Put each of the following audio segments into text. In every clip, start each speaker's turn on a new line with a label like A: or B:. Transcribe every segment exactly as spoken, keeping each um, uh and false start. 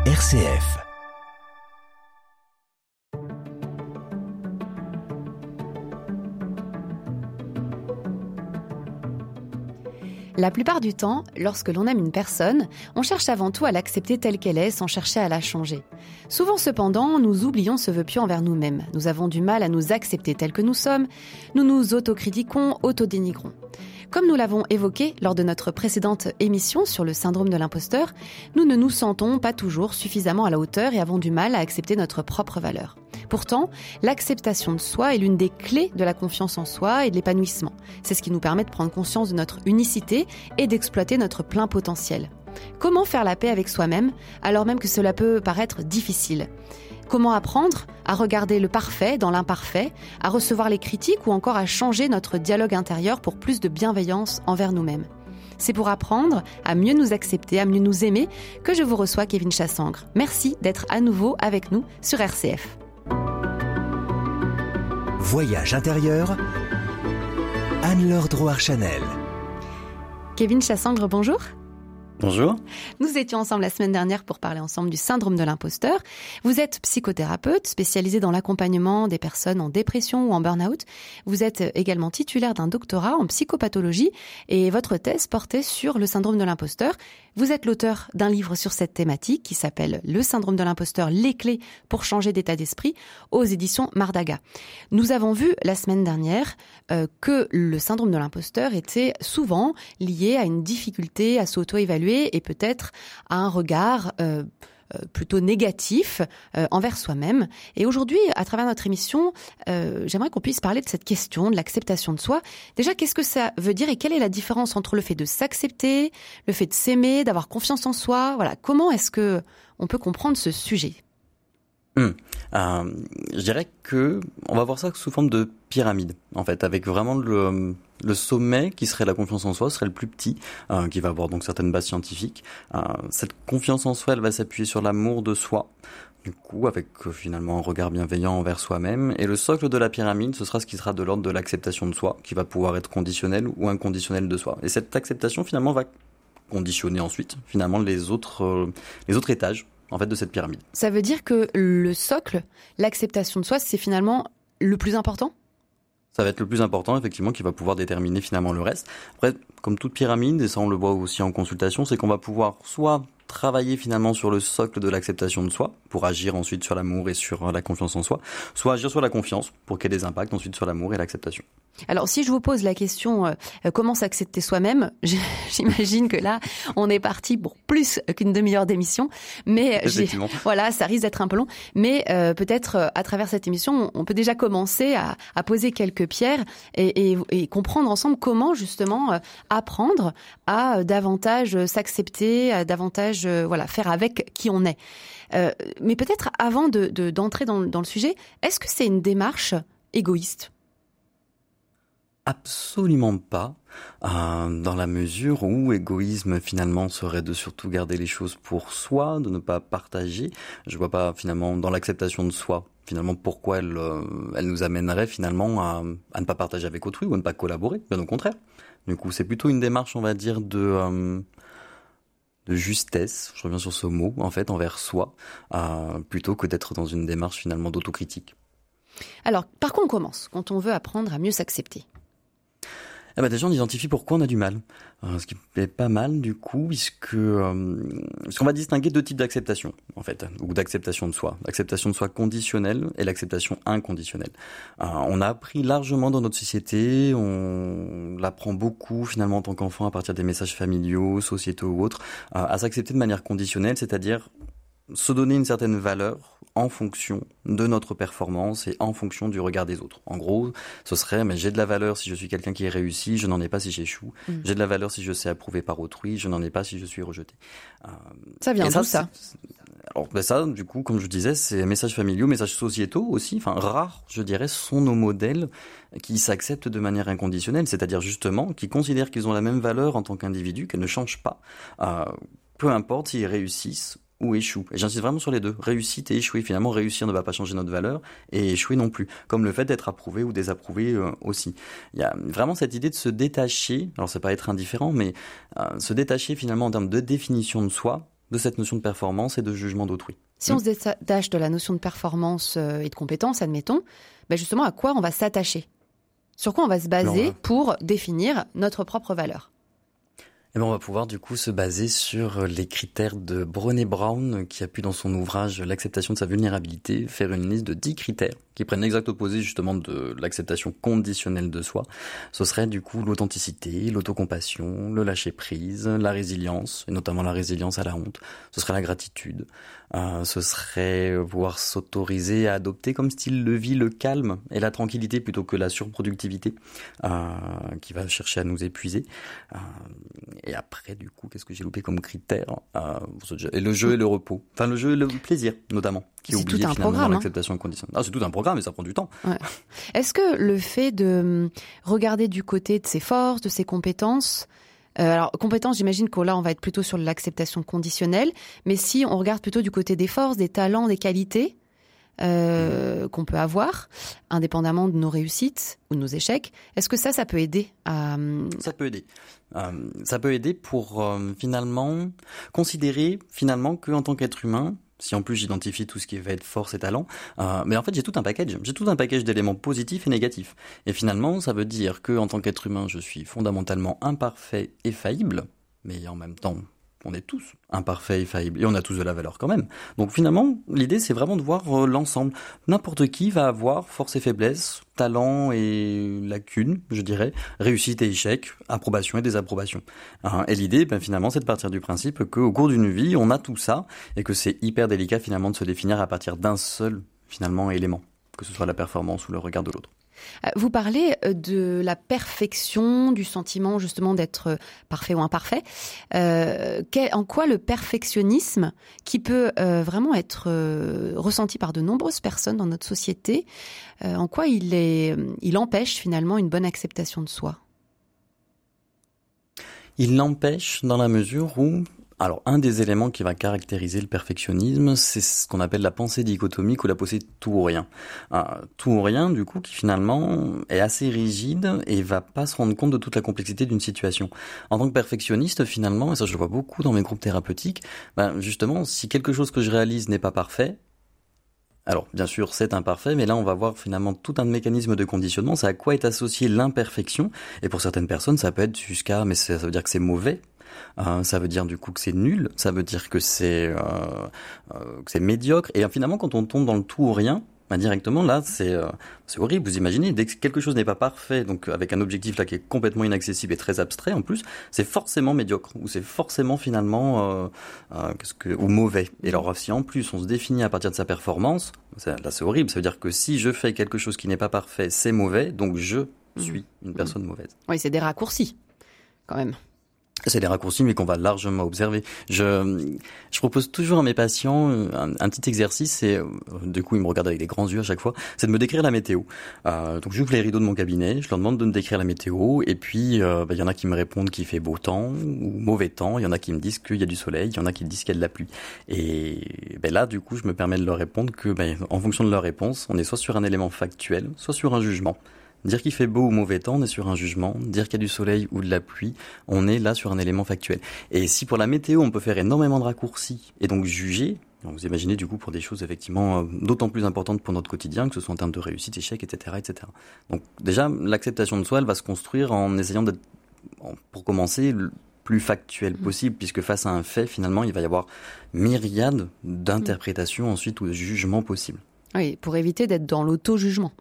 A: R C F.
B: La plupart du temps, lorsque l'on aime une personne, on cherche avant tout à l'accepter telle qu'elle est sans chercher à la changer. Souvent cependant, nous oublions ce vœu pieux envers nous-mêmes. Nous avons du mal à nous accepter tels que nous sommes, nous nous autocritiquons, autodénigrons. Comme nous l'avons évoqué lors de notre précédente émission sur le syndrome de l'imposteur, nous ne nous sentons pas toujours suffisamment à la hauteur et avons du mal à accepter notre propre valeur. Pourtant, l'acceptation de soi est l'une des clés de la confiance en soi et de l'épanouissement. C'est ce qui nous permet de prendre conscience de notre unicité et d'exploiter notre plein potentiel. Comment faire la paix avec soi-même, alors même que cela peut paraître difficile ? Comment apprendre à regarder le parfait dans l'imparfait, à recevoir les critiques ou encore à changer notre dialogue intérieur pour plus de bienveillance envers nous-mêmes ? C'est pour apprendre à mieux nous accepter, à mieux nous aimer que je vous reçois Kevin Chassangre. Merci d'être à nouveau avec nous sur R C F.
A: Voyage intérieur, Anne-Laure Drouhard-Chanel.
B: Kevin Chassangre, bonjour.
C: Bonjour.
B: Nous étions ensemble la semaine dernière pour parler ensemble du syndrome de l'imposteur. Vous êtes psychothérapeute spécialisé dans l'accompagnement des personnes en dépression ou en burn-out. Vous êtes également titulaire d'un doctorat en psychopathologie et votre thèse portait sur le syndrome de l'imposteur. Vous êtes l'auteur d'un livre sur cette thématique qui s'appelle « Le syndrome de l'imposteur, les clés pour changer d'état d'esprit » aux éditions Mardaga. Nous avons vu la semaine dernière euh, que le syndrome de l'imposteur était souvent lié à une difficulté à s'auto-évaluer et peut-être à un regard euh, euh, plutôt négatif euh, envers soi-même. Et aujourd'hui, à travers notre émission, euh, j'aimerais qu'on puisse parler de cette question de l'acceptation de soi. Déjà, qu'est-ce que ça veut dire et quelle est la différence entre le fait de s'accepter, le fait de s'aimer, d'avoir confiance en soi ? Voilà, comment est-ce que on peut comprendre ce sujet ?
C: Hum. Euh, je dirais que on va voir ça sous forme de pyramide, en fait, avec vraiment le, le sommet qui serait la confiance en soi, serait le plus petit, euh, qui va avoir donc certaines bases scientifiques. Euh, cette confiance en soi, elle va s'appuyer sur l'amour de soi, du coup, avec euh, finalement un regard bienveillant envers soi-même. Et le socle de la pyramide, ce sera ce qui sera de l'ordre de l'acceptation de soi, qui va pouvoir être conditionnel ou inconditionnel de soi. Et cette acceptation, finalement, va conditionner ensuite, finalement, les autres, euh, les autres étages, en fait, de cette pyramide.
B: Ça veut dire que le socle, l'acceptation de soi, c'est finalement le plus important ?
C: Ça va être le plus important, effectivement, qui va pouvoir déterminer finalement le reste. Après, comme toute pyramide, et ça on le voit aussi en consultation, c'est qu'on va pouvoir soit travailler finalement sur le socle de l'acceptation de soi, pour agir ensuite sur l'amour et sur la confiance en soi, soit agir sur la confiance, pour qu'il y ait des impacts ensuite sur l'amour et l'acceptation.
B: Alors, si je vous pose la question euh, comment s'accepter soi-même, j'imagine que là, on est parti pour plus qu'une demi-heure d'émission, mais j'ai, voilà, ça risque d'être un peu long. Mais euh, peut-être euh, à travers cette émission, on peut déjà commencer à, à poser quelques pierres et, et, et comprendre ensemble comment justement euh, apprendre à euh, davantage s'accepter, à davantage euh, voilà faire avec qui on est. Euh, mais peut-être avant de, de, d'entrer dans, dans le sujet, est-ce que c'est une démarche égoïste ?
C: Absolument pas, euh, dans la mesure où égoïsme finalement serait de surtout garder les choses pour soi, de ne pas partager. Je vois pas finalement dans l'acceptation de soi, finalement pourquoi elle, euh, elle nous amènerait finalement à, à ne pas partager avec autrui ou à ne pas collaborer, bien au contraire. Du coup c'est plutôt une démarche on va dire de... Euh, de justesse, je reviens sur ce mot, en fait, envers soi, euh, plutôt que d'être dans une démarche finalement d'autocritique.
B: Alors, par quoi on commence quand on veut apprendre à mieux s'accepter ?
C: Eh ben déjà, on identifie pourquoi on a du mal. Euh, ce qui est pas mal, du coup, puisque euh, parce qu'on va distinguer deux types d'acceptation, en fait, ou d'acceptation de soi. L'acceptation de soi conditionnelle et l'acceptation inconditionnelle. Euh, on a appris largement dans notre société, on l'apprend beaucoup, finalement, en tant qu'enfant, à partir des messages familiaux, sociétaux ou autres, euh, à s'accepter de manière conditionnelle, c'est-à-dire se donner une certaine valeur en fonction de notre performance et en fonction du regard des autres. En gros, ce serait, mais j'ai de la valeur si je suis quelqu'un qui est réussi, je n'en ai pas si j'échoue. Mmh. J'ai de la valeur si je sais approuver par autrui, je n'en ai pas si je suis rejeté. Euh,
B: ça vient d'où ça,
C: ça Alors ben ça, du coup, comme je disais, c'est messages familiaux, messages sociétaux aussi. Enfin, rares, je dirais, sont nos modèles qui s'acceptent de manière inconditionnelle, c'est-à-dire justement qui considèrent qu'ils ont la même valeur en tant qu'individus, qu'elles ne changent pas, euh, peu importe s'ils réussissent ou échoue. Et j'insiste vraiment sur les deux. Réussite et échouer. Finalement, réussir ne va pas changer notre valeur et échouer non plus. Comme le fait d'être approuvé ou désapprouvé euh, aussi. Il y a vraiment cette idée de se détacher. Alors, c'est pas être indifférent, mais euh, se détacher finalement en termes de définition de soi de cette notion de performance et de jugement d'autrui.
B: Si on se détache de la notion de performance et de compétence, admettons, ben justement, à quoi on va s'attacher ? Sur quoi on va se baser Alors, pour définir notre propre valeur ?
C: Eh bien, on va pouvoir du coup se baser sur les critères de Brené Brown, qui a pu dans son ouvrage L'acceptation de sa vulnérabilité faire une liste de dix critères qui prennent l'exact opposé justement de l'acceptation conditionnelle de soi. Ce serait du coup l'authenticité, l'autocompassion, le lâcher-prise, la résilience, et notamment la résilience à la honte. Ce serait la gratitude. Euh, ce serait pouvoir s'autoriser à adopter comme style de vie le calme et la tranquillité plutôt que la surproductivité euh, qui va chercher à nous épuiser. Euh, et après, du coup, qu'est-ce que j'ai loupé comme critère euh, et le jeu et le repos. Enfin, le jeu et le plaisir, notamment, qui est,
B: c'est
C: oublié
B: tout un
C: finalement
B: programme,
C: dans l'acceptation inconditionnelle. Ah, c'est tout un programme et ça prend du temps.
B: Ouais. Est-ce que le fait de regarder du côté de ses forces, de ses compétences, Euh, alors, compétences, j'imagine que là, on va être plutôt sur l'acceptation conditionnelle. Mais si on regarde plutôt du côté des forces, des talents, des qualités euh, qu'on peut avoir, indépendamment de nos réussites ou de nos échecs, est-ce que ça, ça peut aider à...
C: Ça peut aider. Euh, ça peut aider pour euh, finalement considérer finalement qu'en tant qu'être humain, si en plus j'identifie tout ce qui va être force et talent, euh, mais en fait j'ai tout un package, j'ai tout un package d'éléments positifs et négatifs. Et finalement, ça veut dire que en tant qu'être humain, je suis fondamentalement imparfait et faillible, mais en même temps, on est tous imparfaits et faillibles, et on a tous de la valeur quand même. Donc finalement, l'idée c'est vraiment de voir euh, l'ensemble. N'importe qui va avoir force et faiblesse, talent et lacunes, je dirais, réussite et échec, approbation et désapprobation. Hein, et l'idée, ben, finalement, c'est de partir du principe qu'au cours d'une vie, on a tout ça, et que c'est hyper délicat finalement de se définir à partir d'un seul finalement élément, que ce soit la performance ou le regard de l'autre.
B: Vous parlez de la perfection, du sentiment justement d'être parfait ou imparfait. Euh, quel, en quoi le perfectionnisme, qui peut euh, vraiment être euh, ressenti par de nombreuses personnes dans notre société, euh, en quoi il, est, il empêche finalement une bonne acceptation de soi ?
C: Il l'empêche dans la mesure où... Alors, un des éléments qui va caractériser le perfectionnisme, c'est ce qu'on appelle la pensée dichotomique ou la pensée tout ou rien. Euh, tout ou rien, du coup, qui finalement est assez rigide et va pas se rendre compte de toute la complexité d'une situation. En tant que perfectionniste, finalement, et ça je le vois beaucoup dans mes groupes thérapeutiques, ben justement, si quelque chose que je réalise n'est pas parfait, alors, bien sûr, c'est imparfait, mais là, on va voir finalement tout un mécanisme de conditionnement. C'est à quoi est associée l'imperfection. Et pour certaines personnes, ça peut être jusqu'à, mais ça veut dire que c'est mauvais. Euh, ça veut dire du coup que c'est nul, ça veut dire que c'est euh, euh, que c'est médiocre. Et euh, finalement, quand on tombe dans le tout ou rien, bah, directement là, c'est euh, c'est horrible. Vous imaginez, dès que quelque chose n'est pas parfait, donc avec un objectif là qui est complètement inaccessible et très abstrait en plus, c'est forcément médiocre ou c'est forcément finalement euh, euh, qu'est-ce que ou mauvais. Et alors si en plus on se définit à partir de sa performance, c'est, là c'est horrible. Ça veut dire que si je fais quelque chose qui n'est pas parfait, c'est mauvais, donc je suis une personne mauvaise.
B: Oui, c'est des raccourcis quand même.
C: C'est des raccourcis, mais qu'on va largement observer. Je, je propose toujours à mes patients un, un petit exercice, et du coup ils me regardent avec des grands yeux à chaque fois, c'est de me décrire la météo. Euh, donc j'ouvre les rideaux de mon cabinet, je leur demande de me décrire la météo, et puis il euh, bah, y en a qui me répondent qu'il fait beau temps ou mauvais temps, il y en a qui me disent qu'il y a du soleil, il y en a qui me disent qu'il y a de la pluie. Et ben là, du coup, je me permets de leur répondre que, ben, en fonction de leur réponse, on est soit sur un élément factuel, soit sur un jugement. Dire qu'il fait beau ou mauvais temps, on est sur un jugement. Dire qu'il y a du soleil ou de la pluie, on est là sur un élément factuel. Et si pour la météo, on peut faire énormément de raccourcis et donc juger, donc vous imaginez du coup pour des choses effectivement d'autant plus importantes pour notre quotidien, que ce soit en termes de réussite, échec, et cetera, et cetera. Donc déjà, l'acceptation de soi, elle va se construire en essayant d'être, pour commencer, le plus factuel possible, puisque face à un fait, finalement, il va y avoir myriade d'interprétations ensuite ou de jugements possibles.
B: Oui, pour éviter d'être dans l'auto-jugement.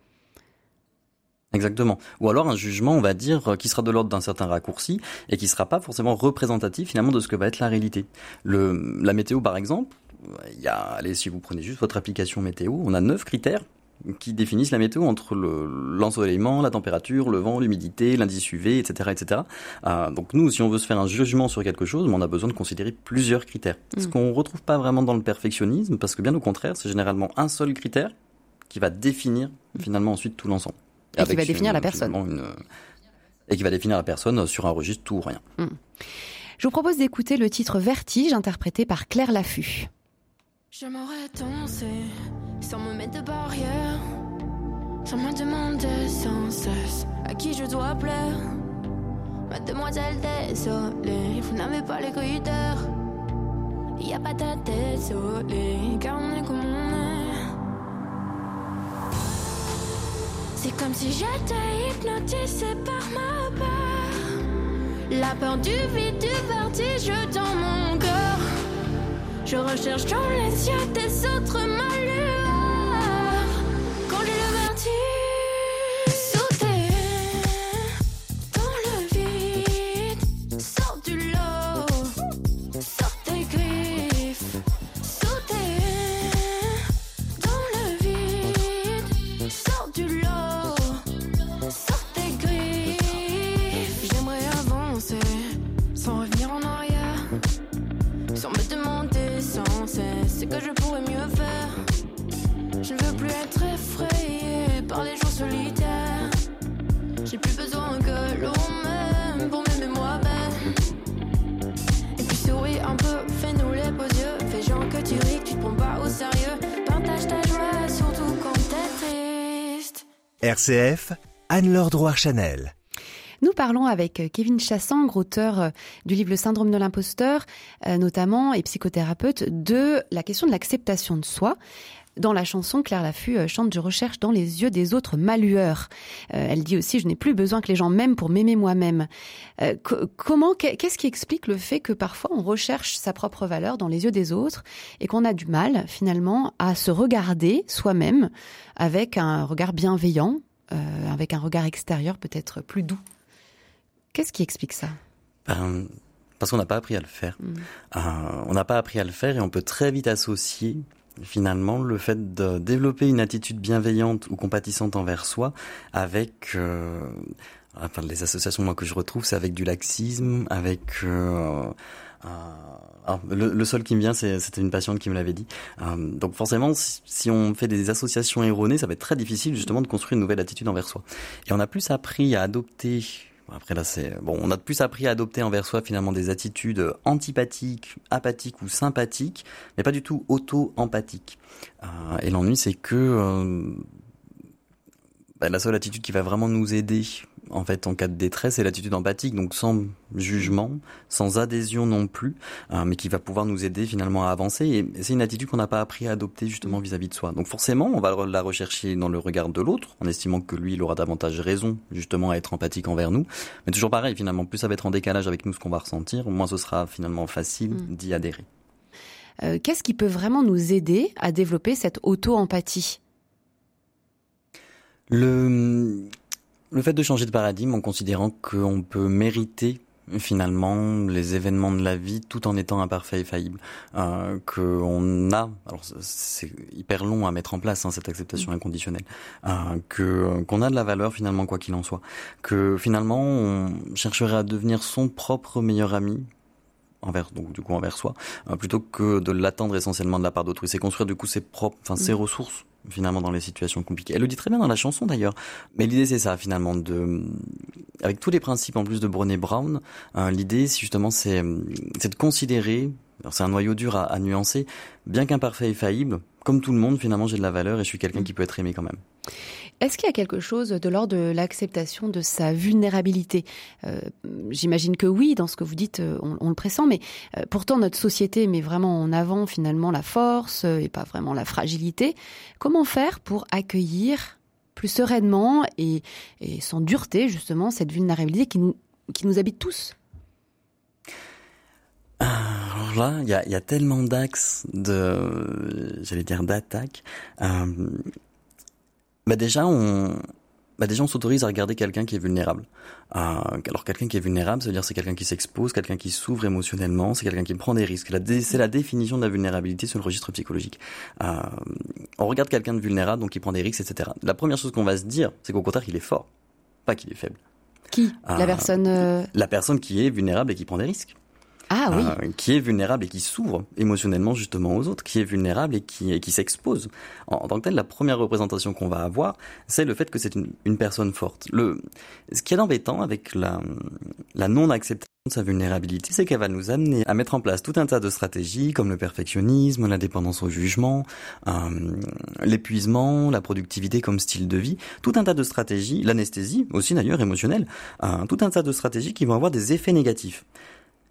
C: Exactement. Ou alors un jugement, on va dire, qui sera de l'ordre d'un certain raccourci et qui sera pas forcément représentatif finalement de ce que va être la réalité. Le, la météo, par exemple, il y a, allez, si vous prenez juste votre application météo, on a neuf critères qui définissent la météo entre le, l'ensoleillement, la température, le vent, l'humidité, l'indice U V, et cetera, et cetera. Euh, donc nous, si on veut se faire un jugement sur quelque chose, on a besoin de considérer plusieurs critères. Mmh. Ce qu'on retrouve pas vraiment dans le perfectionnisme, parce que bien au contraire, c'est généralement un seul critère qui va définir finalement ensuite tout l'ensemble.
B: Et qui va définir une, la personne.
C: Une, et qui va définir la personne sur un registre tout ou rien.
B: Mmh. Je vous propose d'écouter le titre Vertige, interprété par Claire Laffut.
D: J'aimerais danser sans me mettre de barrière, sans me demander sans cesse à qui je dois plaire. Mademoiselle désolée, vous n'avez pas les critères. y a pas de désolé, car on est comme on est. C'est comme si j'étais hypnotisée par ma peur. La peur du vide, du vertige dans mon corps. Je recherche dans les yeux des autres ma lueur. Quand j'ai le vertige, sauter dans le vide, sors du lot, sors tes griffes. Sauter dans le vide, sors du lot, sors tes griffes. J'aimerais avancer sans revenir en arrière, sans me demander sans cesse ce que je pourrais mieux faire. Je ne veux plus être effrayé par les jours solitaires. J'ai plus besoin que l'on m'aime pour m'aimer moi-même. Et puis souris un peu, fais-nous les beaux yeux. Fais genre que tu ris, que tu te prends pas au sérieux. Partage ta joie, surtout quand t'es triste.
A: R C F, Anne-Laure Drouard-Chanel.
B: Nous parlons avec Kevin Chassang, auteur du livre Le syndrome de l'imposteur, notamment, et psychothérapeute, de la question de l'acceptation de soi. Dans la chanson, Claire Laffut chante « Je recherche dans les yeux des autres ma lueur ». Elle dit aussi « Je n'ai plus besoin que les gens m'aiment pour m'aimer moi-même ». Comment, qu'est-ce qui explique le fait que parfois on recherche sa propre valeur dans les yeux des autres et qu'on a du mal finalement à se regarder soi-même avec un regard bienveillant, euh, avec un regard extérieur peut-être plus doux? Qu'est-ce qui explique ça?
C: Ben, parce qu'on n'a pas appris à le faire. Mmh. Euh, on n'a pas appris à le faire et on peut très vite associer finalement le fait de développer une attitude bienveillante ou compatissante envers soi avec... Euh, enfin, les associations moi que je retrouve, c'est avec du laxisme, avec... Euh, euh, alors, le, le seul qui me vient, c'est, c'était une patiente qui me l'avait dit. Euh, donc forcément, si, si on fait des associations erronées, ça va être très difficile justement de construire une nouvelle attitude envers soi. Et on a plus appris à adopter... Après là, c'est bon. On a plus appris à adopter envers soi finalement des attitudes antipathiques, apathiques ou sympathiques, mais pas du tout auto-empathiques. Euh, et l'ennui, c'est que euh, bah, la seule attitude qui va vraiment nous aider, en fait, en cas de détresse, c'est l'attitude empathique, donc sans jugement, sans adhésion non plus, euh, mais qui va pouvoir nous aider finalement à avancer. Et c'est une attitude qu'on n'a pas appris à adopter justement vis-à-vis de soi. Donc forcément, on va la rechercher dans le regard de l'autre, en estimant que lui, il aura davantage raison justement à être empathique envers nous. Mais toujours pareil, finalement, plus ça va être en décalage avec nous ce qu'on va ressentir, moins ce sera finalement facile mmh. d'y adhérer.
B: Euh, qu'est-ce qui peut vraiment nous aider à développer cette auto-empathie ?
C: Le... Le fait de changer de paradigme en considérant qu'on peut mériter finalement les événements de la vie tout en étant imparfait et faillible, euh, qu'on a, alors c'est hyper long à mettre en place hein, cette acceptation inconditionnelle, euh, que qu'on a de la valeur finalement quoi qu'il en soit, que finalement on chercherait à devenir son propre meilleur ami envers donc du coup envers soi, euh, plutôt que de l'attendre essentiellement de la part d'autrui. C'est construire du coup ses propres, enfin ses mmh. ressources finalement dans les situations compliquées. Elle le dit très bien dans la chanson d'ailleurs. Mais l'idée c'est ça finalement de, avec tous les principes en plus de Brené Brown, euh, l'idée justement c'est, c'est de considérer, alors c'est un noyau dur à, à nuancer, bien qu'imparfait et faillible, comme tout le monde finalement j'ai de la valeur et je suis quelqu'un qui peut être aimé quand même.
B: Est-ce qu'il y a quelque chose de l'ordre de l'acceptation de sa vulnérabilité ? euh, J'imagine que oui, dans ce que vous dites, on, on le pressent, mais euh, pourtant notre société met vraiment en avant finalement la force euh, et pas vraiment la fragilité. Comment faire pour accueillir plus sereinement et, et sans dureté justement cette vulnérabilité qui nous, qui nous habite tous ?
C: Alors là, il y a, y a tellement d'axes de, j'allais dire d'attaques. Euh, Bah déjà, on, bah déjà, on s'autorise à regarder quelqu'un qui est vulnérable. Euh, alors, quelqu'un qui est vulnérable, ça veut dire c'est quelqu'un qui s'expose, quelqu'un qui s'ouvre émotionnellement, c'est quelqu'un qui prend des risques. La dé, c'est la définition de la vulnérabilité sur le registre psychologique. Euh, on regarde quelqu'un de vulnérable, donc qui prend des risques, et cetera. La première chose qu'on va se dire, c'est qu'au contraire, il est fort, pas qu'il est faible.
B: Qui ? euh, La personne... Euh...
C: La personne qui est vulnérable et qui prend des risques.
B: Ah oui.
C: Euh, qui est vulnérable et qui s'ouvre émotionnellement justement aux autres, qui est vulnérable et qui, et qui s'expose. En, en tant que tel, la première représentation qu'on va avoir, c'est le fait que c'est une, une personne forte. Le, ce qui est embêtant avec la, la non-acceptation de sa vulnérabilité, c'est qu'elle va nous amener à mettre en place tout un tas de stratégies comme le perfectionnisme, la dépendance au jugement, euh, l'épuisement, la productivité comme style de vie, tout un tas de stratégies, l'anesthésie aussi d'ailleurs émotionnelle, euh, tout un tas de stratégies qui vont avoir des effets négatifs.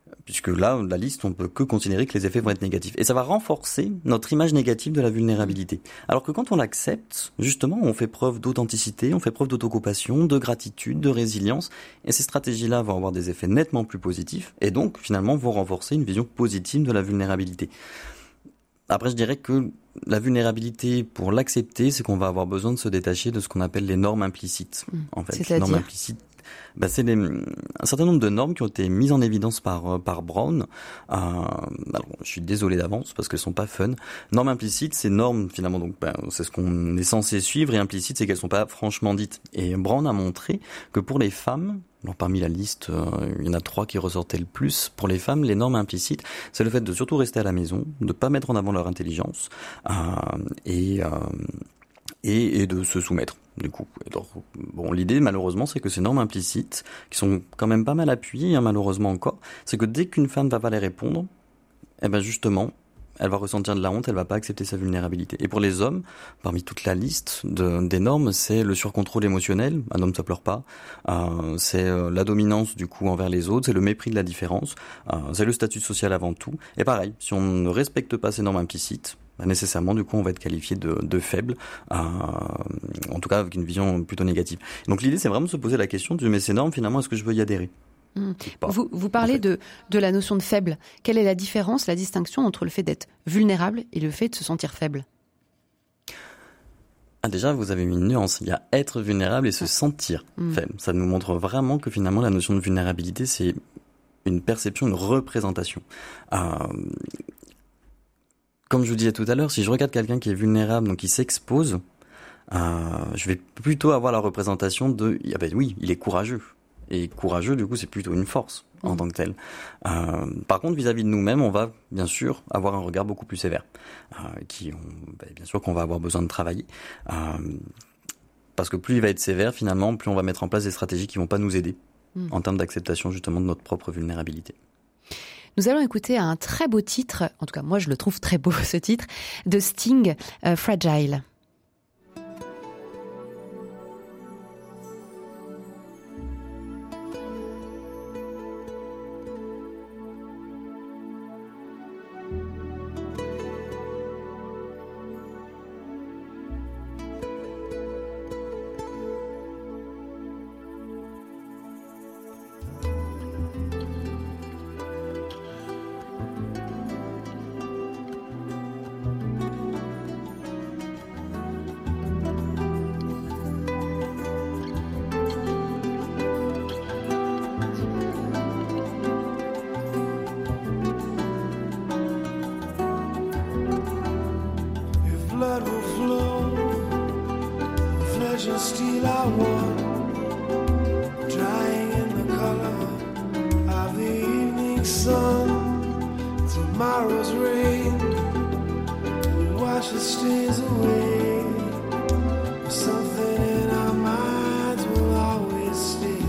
C: puisque là, la liste, on peut que considérer que les effets vont être négatifs. Et ça va renforcer notre image négative de la vulnérabilité. Alors que quand on l'accepte, justement, on fait preuve d'authenticité, on fait preuve d'autocompassion, de gratitude, de résilience, et ces stratégies-là vont avoir des effets nettement plus positifs, et donc, finalement, vont renforcer une vision positive de la vulnérabilité. Après, je dirais que la vulnérabilité, pour l'accepter, c'est qu'on va avoir besoin de se détacher de ce qu'on appelle les normes implicites.
B: Mmh.
C: En fait,
B: C'est-à-dire
C: les normes implicites, bah, c'est les, un certain nombre de normes qui ont été mises en évidence par par Brown. Euh, alors, je suis désolé d'avance parce qu'elles sont pas fun. Normes implicites, c'est normes finalement, donc bah, c'est ce qu'on est censé suivre, et implicites, c'est qu'elles sont pas franchement dites. Et Brown a montré que pour les femmes, alors parmi la liste, euh, il y en a trois qui ressortaient le plus. Pour les femmes, les normes implicites, c'est le fait de surtout rester à la maison, de pas mettre en avant leur intelligence, euh, et, euh, et et de se soumettre. Du coup, alors, bon, l'idée malheureusement, c'est que ces normes implicites, qui sont quand même pas mal appuyées, hein, malheureusement encore, c'est que dès qu'une femme va pas les répondre, eh ben justement, elle va ressentir de la honte, elle va pas accepter sa vulnérabilité. Et pour les hommes, parmi toute la liste de, des normes, c'est le surcontrôle émotionnel, un homme ça pleure pas, euh, c'est euh, la dominance du coup envers les autres, c'est le mépris de la différence, euh, c'est le statut social avant tout. Et pareil, si on ne respecte pas ces normes implicites, bah nécessairement du coup on va être qualifié de, de faible, euh, en tout cas avec une vision plutôt négative. Donc l'idée c'est vraiment de se poser la question de mais ces normes finalement est-ce que je veux y adhérer?
B: Mmh. Vous, vous parlez en fait. de, de la notion de faible. Quelle est la différence, la distinction entre le fait d'être vulnérable et le fait de se sentir faible?
C: Ah déjà, vous avez mis une nuance. Il y a être vulnérable et se sentir mmh. faible. Ça nous montre vraiment que finalement la notion de vulnérabilité, c'est une perception, une représentation. Euh, comme je vous disais tout à l'heure, si je regarde quelqu'un qui est vulnérable, donc qui s'expose, euh, je vais plutôt avoir la représentation de, ah ben oui, il est courageux. Et courageux, du coup, c'est plutôt une force en mmh. tant que telle. Euh, par contre, vis-à-vis de nous-mêmes, on va bien sûr avoir un regard beaucoup plus sévère, euh, qui, on, bah, bien sûr, qu'on va avoir besoin de travailler, euh, parce que plus il va être sévère, finalement, plus on va mettre en place des stratégies qui vont pas nous aider mmh. en termes d'acceptation justement de notre propre vulnérabilité.
B: Nous allons écouter un très beau titre, en tout cas moi je le trouve très beau ce titre, de Sting, euh, Fragile.
E: Steel I want, drying in the color of the evening sun. Tomorrow's rain will wash the stains away. Something in our minds will always stay.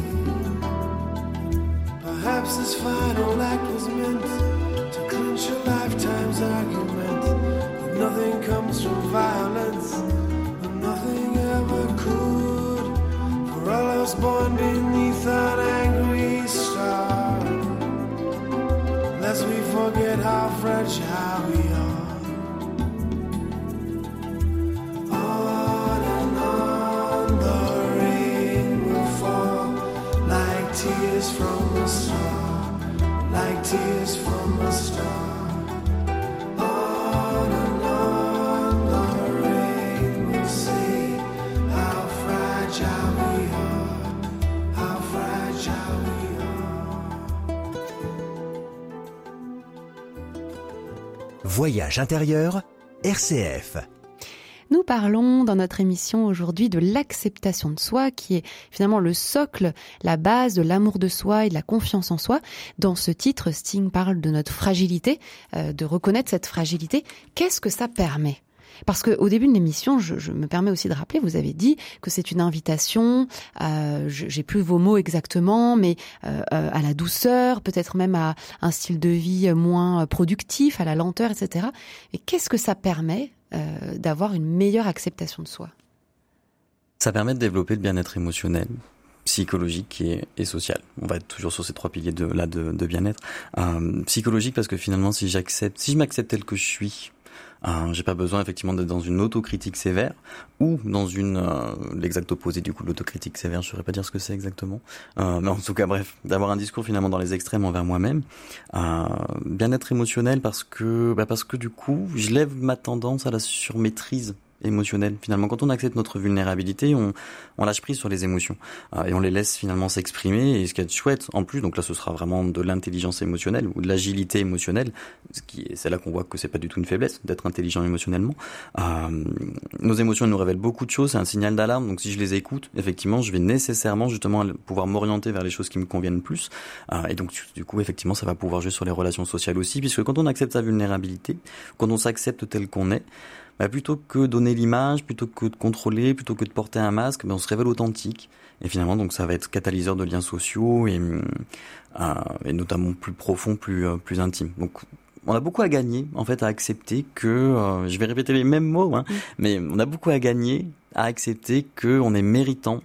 E: Perhaps this final act was meant to clinch a lifetime's argument. But nothing comes from violence, and nothing ever could. For all of us born beneath an angry star, lest we forget how fragile we are. On and on the rain will fall, like tears from a star, like tears from a star.
A: Voyage intérieur, R C F.
B: Nous parlons dans notre émission aujourd'hui de l'acceptation de soi, qui est finalement le socle, la base de l'amour de soi et de la confiance en soi. Dans ce titre, Sting parle de notre fragilité, euh, de reconnaître cette fragilité. Qu'est-ce que ça permet ? Parce qu'au début de l'émission, je, je me permets aussi de rappeler, vous avez dit que c'est une invitation, euh, je, j'ai plus vos mots exactement, mais euh, euh, à la douceur, peut-être même à un style de vie moins productif, à la lenteur, et cetera. Et qu'est-ce que ça permet euh, d'avoir une meilleure acceptation de soi ?
C: Ça permet de développer le bien-être émotionnel, psychologique et, et social. On va être toujours sur ces trois piliers de là de, de bien-être. Euh, psychologique parce que finalement, si j'accepte, si je m'accepte tel que je suis, euh, j'ai pas besoin effectivement d'être dans une autocritique sévère ou dans une euh, l'exact opposé du coup de l'autocritique sévère. Je saurais pas dire ce que c'est exactement, euh, mais en tout cas bref, d'avoir un discours finalement dans les extrêmes envers moi-même. Euh, bien-être émotionnel parce que bah parce que du coup, je lève ma tendance à la surmaîtrise émotionnel. Finalement, quand on accepte notre vulnérabilité, on, on lâche prise sur les émotions euh, et on les laisse finalement s'exprimer. Et ce qui est chouette, en plus, donc là, ce sera vraiment de l'intelligence émotionnelle ou de l'agilité émotionnelle. Ce qui est, c'est là qu'on voit que c'est pas du tout une faiblesse d'être intelligent émotionnellement. Euh, nos émotions elles nous révèlent beaucoup de choses. C'est un signal d'alarme. Donc, si je les écoute, effectivement, je vais nécessairement justement pouvoir m'orienter vers les choses qui me conviennent plus. Euh, et donc, du coup, effectivement, ça va pouvoir jouer sur les relations sociales aussi, puisque quand on accepte sa vulnérabilité, quand on s'accepte tel qu'on est, bah, plutôt que donner l'image, plutôt que de contrôler, plutôt que de porter un masque, bah, on se révèle authentique. Et finalement, donc, ça va être catalyseur de liens sociaux et, euh, et notamment plus profond, plus, euh, plus intime. Donc, on a beaucoup à gagner, en fait, à accepter que, euh, je vais répéter les mêmes mots, hein, mmh. mais on a beaucoup à gagner à accepter qu'on est méritant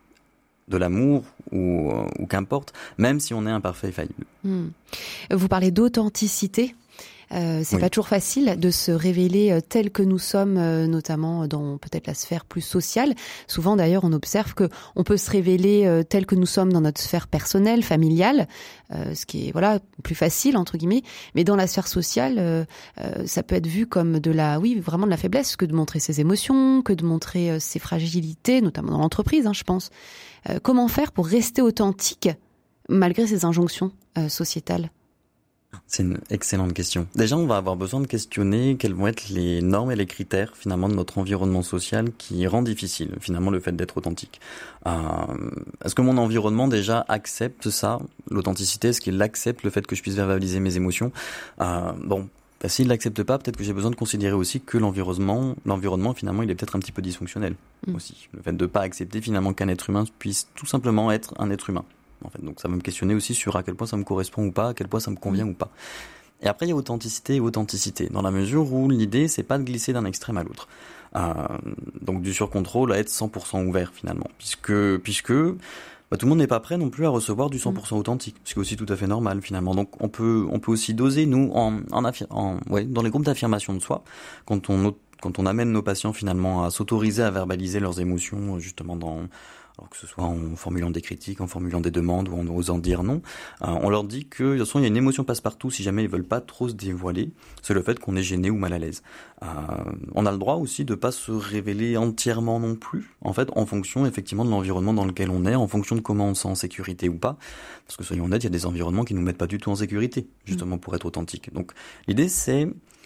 C: de l'amour ou, euh, ou qu'importe, même si on est imparfait et faillible.
B: Mmh. Vous parlez d'authenticité. Euh, c'est
C: oui.
B: pas toujours facile de se révéler euh, tel que nous sommes, euh, notamment dans peut-être la sphère plus sociale. Souvent, d'ailleurs, on observe que on peut se révéler euh, tel que nous sommes dans notre sphère personnelle, familiale, euh, ce qui est voilà plus facile entre guillemets. Mais dans la sphère sociale, euh, euh, ça peut être vu comme de la, oui, vraiment de la faiblesse, que de montrer ses émotions, que de montrer euh, ses fragilités, notamment dans l'entreprise, hein, je pense. Euh, comment faire pour rester authentique malgré ces injonctions euh, sociétales ?
C: C'est une excellente question. Déjà, on va avoir besoin de questionner quelles vont être les normes et les critères finalement de notre environnement social qui rend difficile finalement le fait d'être authentique. Euh, est-ce que mon environnement déjà accepte ça, l'authenticité? Est-ce qu'il accepte le fait que je puisse verbaliser mes émotions? euh, Bon. Bah, s'il l'accepte pas, peut-être que j'ai besoin de considérer aussi que l'environnement, l'environnement finalement, il est peut-être un petit peu dysfonctionnel mmh. aussi. Le fait de pas accepter finalement qu'un être humain puisse tout simplement être un être humain. En fait, donc ça va me questionner aussi sur à quel point ça me correspond ou pas, à quel point ça me convient mmh. ou pas. Et après, il y a authenticité et authenticité, dans la mesure où l'idée, c'est pas de glisser d'un extrême à l'autre. Euh, donc du surcontrôle à être cent pour cent ouvert finalement, puisque puisque bah, tout le monde n'est pas prêt non plus à recevoir du cent pour cent authentique, ce qui est aussi tout à fait normal finalement. Donc on peut on peut aussi doser nous en en, affir- en ouais dans les groupes d'affirmation de soi, quand on quand on amène nos patients finalement à s'autoriser à verbaliser leurs émotions justement dans alors que ce soit en formulant des critiques, en formulant des demandes ou en osant dire non, euh, on leur dit que de toute façon il y a une émotion passe-partout si jamais ils veulent pas trop se dévoiler, c'est le fait qu'on est gêné ou mal à l'aise. Euh, on a le droit aussi de pas se révéler entièrement non plus, en fait, en fonction effectivement de l'environnement dans lequel on est, en fonction de comment on se sent en sécurité ou pas, parce que soyons honnêtes, il y a des environnements qui nous mettent pas du tout en sécurité, justement pour être authentique. Donc l'idée c'est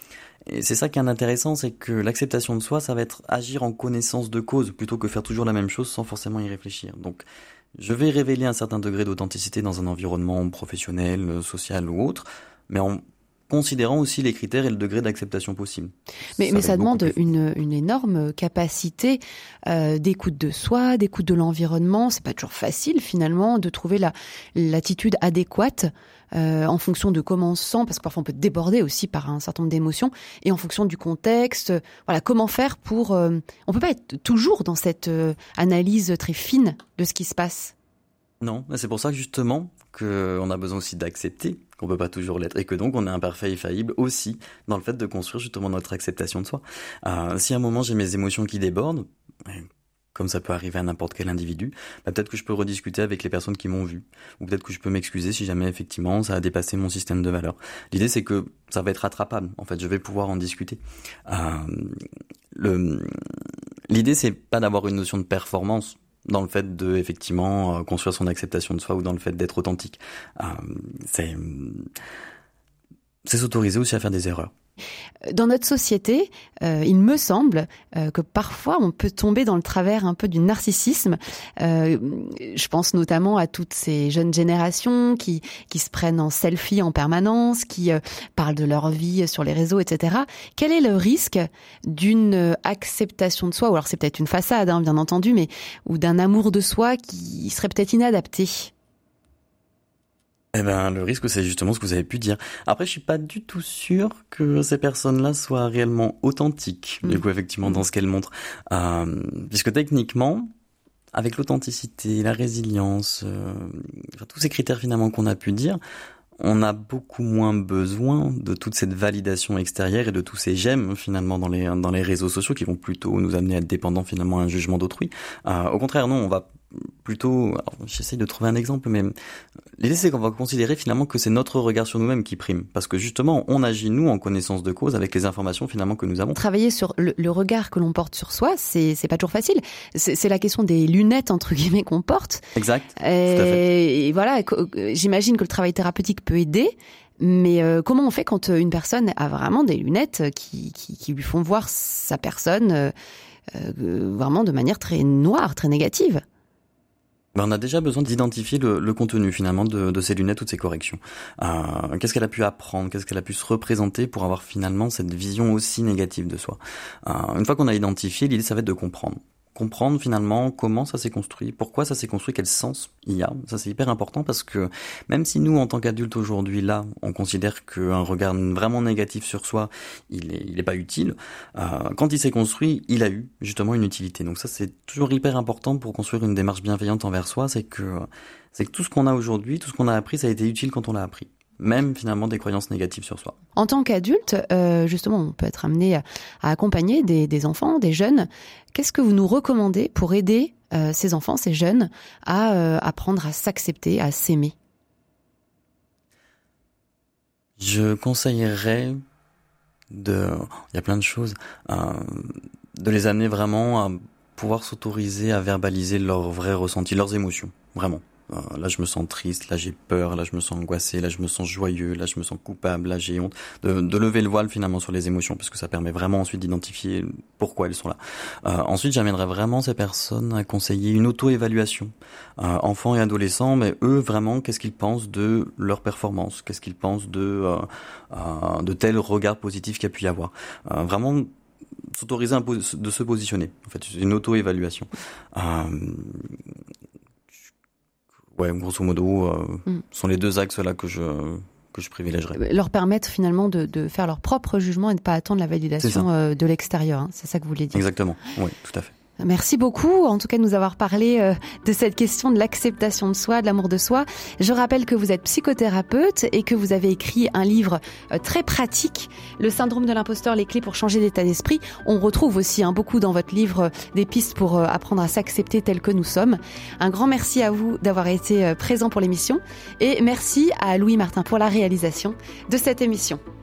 C: Et c'est ça qui est intéressant, c'est que l'acceptation de soi, ça va être agir en connaissance de cause, plutôt que faire toujours la même chose sans forcément y réfléchir. Donc, je vais révéler un certain degré d'authenticité dans un environnement professionnel, social ou autre, mais en considérant aussi les critères et le degré d'acceptation possible.
B: Mais ça, mais ça demande
C: plus...
B: une, une énorme capacité euh, d'écoute de soi, d'écoute de l'environnement. C'est pas toujours facile finalement de trouver la, l'attitude adéquate euh, en fonction de comment on se sent, parce que parfois on peut déborder aussi par un certain nombre d'émotions, et en fonction du contexte. Voilà, comment faire pour... Euh, on peut pas être toujours dans cette euh, analyse très fine de ce qui se passe.
C: Non, c'est pour ça que justement qu'on a besoin aussi d'accepter qu'on peut pas toujours l'être et que donc on est imparfait et faillible aussi dans le fait de construire justement notre acceptation de soi. Euh, si à un moment j'ai mes émotions qui débordent, comme ça peut arriver à n'importe quel individu, bah peut-être que je peux rediscuter avec les personnes qui m'ont vu, ou peut-être que je peux m'excuser si jamais effectivement ça a dépassé mon système de valeurs. L'idée c'est que ça va être rattrapable, en fait, je vais pouvoir en discuter. Euh, le, l'idée c'est pas d'avoir une notion de performance dans le fait de effectivement euh, construire son acceptation de soi ou dans le fait d'être authentique. Euh, c'est, c'est s'autoriser aussi à faire des erreurs.
B: Dans notre société, euh, il me semble euh, que parfois on peut tomber dans le travers un peu du narcissisme. Euh, je pense notamment à toutes ces jeunes générations qui qui se prennent en selfie en permanence, qui euh, parlent de leur vie sur les réseaux, et cetera. Quel est le risque d'une acceptation de soi, ou alors c'est peut-être une façade, hein, bien entendu, mais ou d'un amour de soi qui serait peut-être inadapté?
C: Eh ben, le risque, c'est justement ce que vous avez pu dire. Après, je suis pas du tout sûr que ces personnes-là soient réellement authentiques, mmh. du coup, effectivement, dans ce qu'elles montrent. Euh, puisque techniquement, avec l'authenticité, la résilience, euh, enfin, tous ces critères finalement qu'on a pu dire, on a beaucoup moins besoin de toute cette validation extérieure et de tous ces j'aime finalement dans les dans les réseaux sociaux qui vont plutôt nous amener à être dépendants finalement à un jugement d'autrui. Euh, au contraire, non, on va plutôt, alors, j'essaye de trouver un exemple, mais l'idée c'est qu'on va considérer finalement que c'est notre regard sur nous-mêmes qui prime, parce que justement on agit nous en connaissance de cause avec les informations finalement que nous avons.
B: Travailler sur le, le regard que l'on porte sur soi, c'est c'est pas toujours facile. C'est, c'est la question des lunettes entre guillemets qu'on porte.
C: Exact.
B: Et, tout à fait. Et voilà, j'imagine que le travail thérapeutique peut aider. Mais euh, comment on fait quand une personne a vraiment des lunettes qui qui, qui lui font voir sa personne euh, euh, vraiment de manière très noire, très négative?
C: Ben, on a déjà besoin d'identifier le, le contenu finalement de, de ces lunettes ou de ces corrections. Euh, qu'est-ce qu'elle a pu apprendre, qu'est-ce qu'elle a pu se représenter pour avoir finalement cette vision aussi négative de soi. Euh, une fois qu'on a identifié, l'idée ça va être de comprendre. Comprendre finalement comment ça s'est construit, pourquoi ça s'est construit, quel sens il y a. Ça c'est hyper important parce que même si nous en tant qu'adultes aujourd'hui là, on considère qu'un regard vraiment négatif sur soi, il est, il est pas utile. Euh, quand il s'est construit, il a eu justement une utilité. Donc ça c'est toujours hyper important pour construire une démarche bienveillante envers soi, c'est que c'est que tout ce qu'on a aujourd'hui, tout ce qu'on a appris, ça a été utile quand on l'a appris. Même finalement des croyances négatives sur soi.
B: En tant qu'adulte, euh, justement, on peut être amené à, à accompagner des, des enfants, des jeunes. Qu'est-ce que vous nous recommandez pour aider euh, ces enfants, ces jeunes, à euh, apprendre à s'accepter, à s'aimer?
C: Je conseillerais de, il y a plein de choses, euh, de les amener vraiment à pouvoir s'autoriser à verbaliser leurs vrais ressentis, leurs émotions, vraiment. Euh, là je me sens triste, là j'ai peur, là je me sens angoissé, là je me sens joyeux, là je me sens coupable, là j'ai honte, de, de lever le voile finalement sur les émotions, parce que ça permet vraiment ensuite d'identifier pourquoi elles sont là. Euh, ensuite j'amènerais vraiment ces personnes à conseiller une auto-évaluation, euh, enfants et adolescents, mais eux vraiment qu'est-ce qu'ils pensent de leur performance, qu'est-ce qu'ils pensent de euh, euh, de tel regard positif qu'il y a pu y avoir, euh, vraiment s'autoriser un po- de se positionner, en fait une auto-évaluation. Euh, Ouais, grosso modo, euh, mm. sont les deux axes là que je que je privilégierais.
B: Leur permettre finalement de, de faire leur propre jugement et de pas attendre la validation euh, de l'extérieur. Hein. C'est ça que vous voulez dire.
C: Exactement. Oui, tout à fait.
B: Merci beaucoup, en tout cas, de nous avoir parlé euh, de cette question de l'acceptation de soi, de l'amour de soi. Je rappelle que vous êtes psychothérapeute et que vous avez écrit un livre euh, très pratique, Le syndrome de l'imposteur, les clés pour changer d'état d'esprit. On retrouve aussi hein, beaucoup dans votre livre euh, des pistes pour euh, apprendre à s'accepter tel que nous sommes. Un grand merci à vous d'avoir été euh, présent pour l'émission et merci à Louis Martin pour la réalisation de cette émission.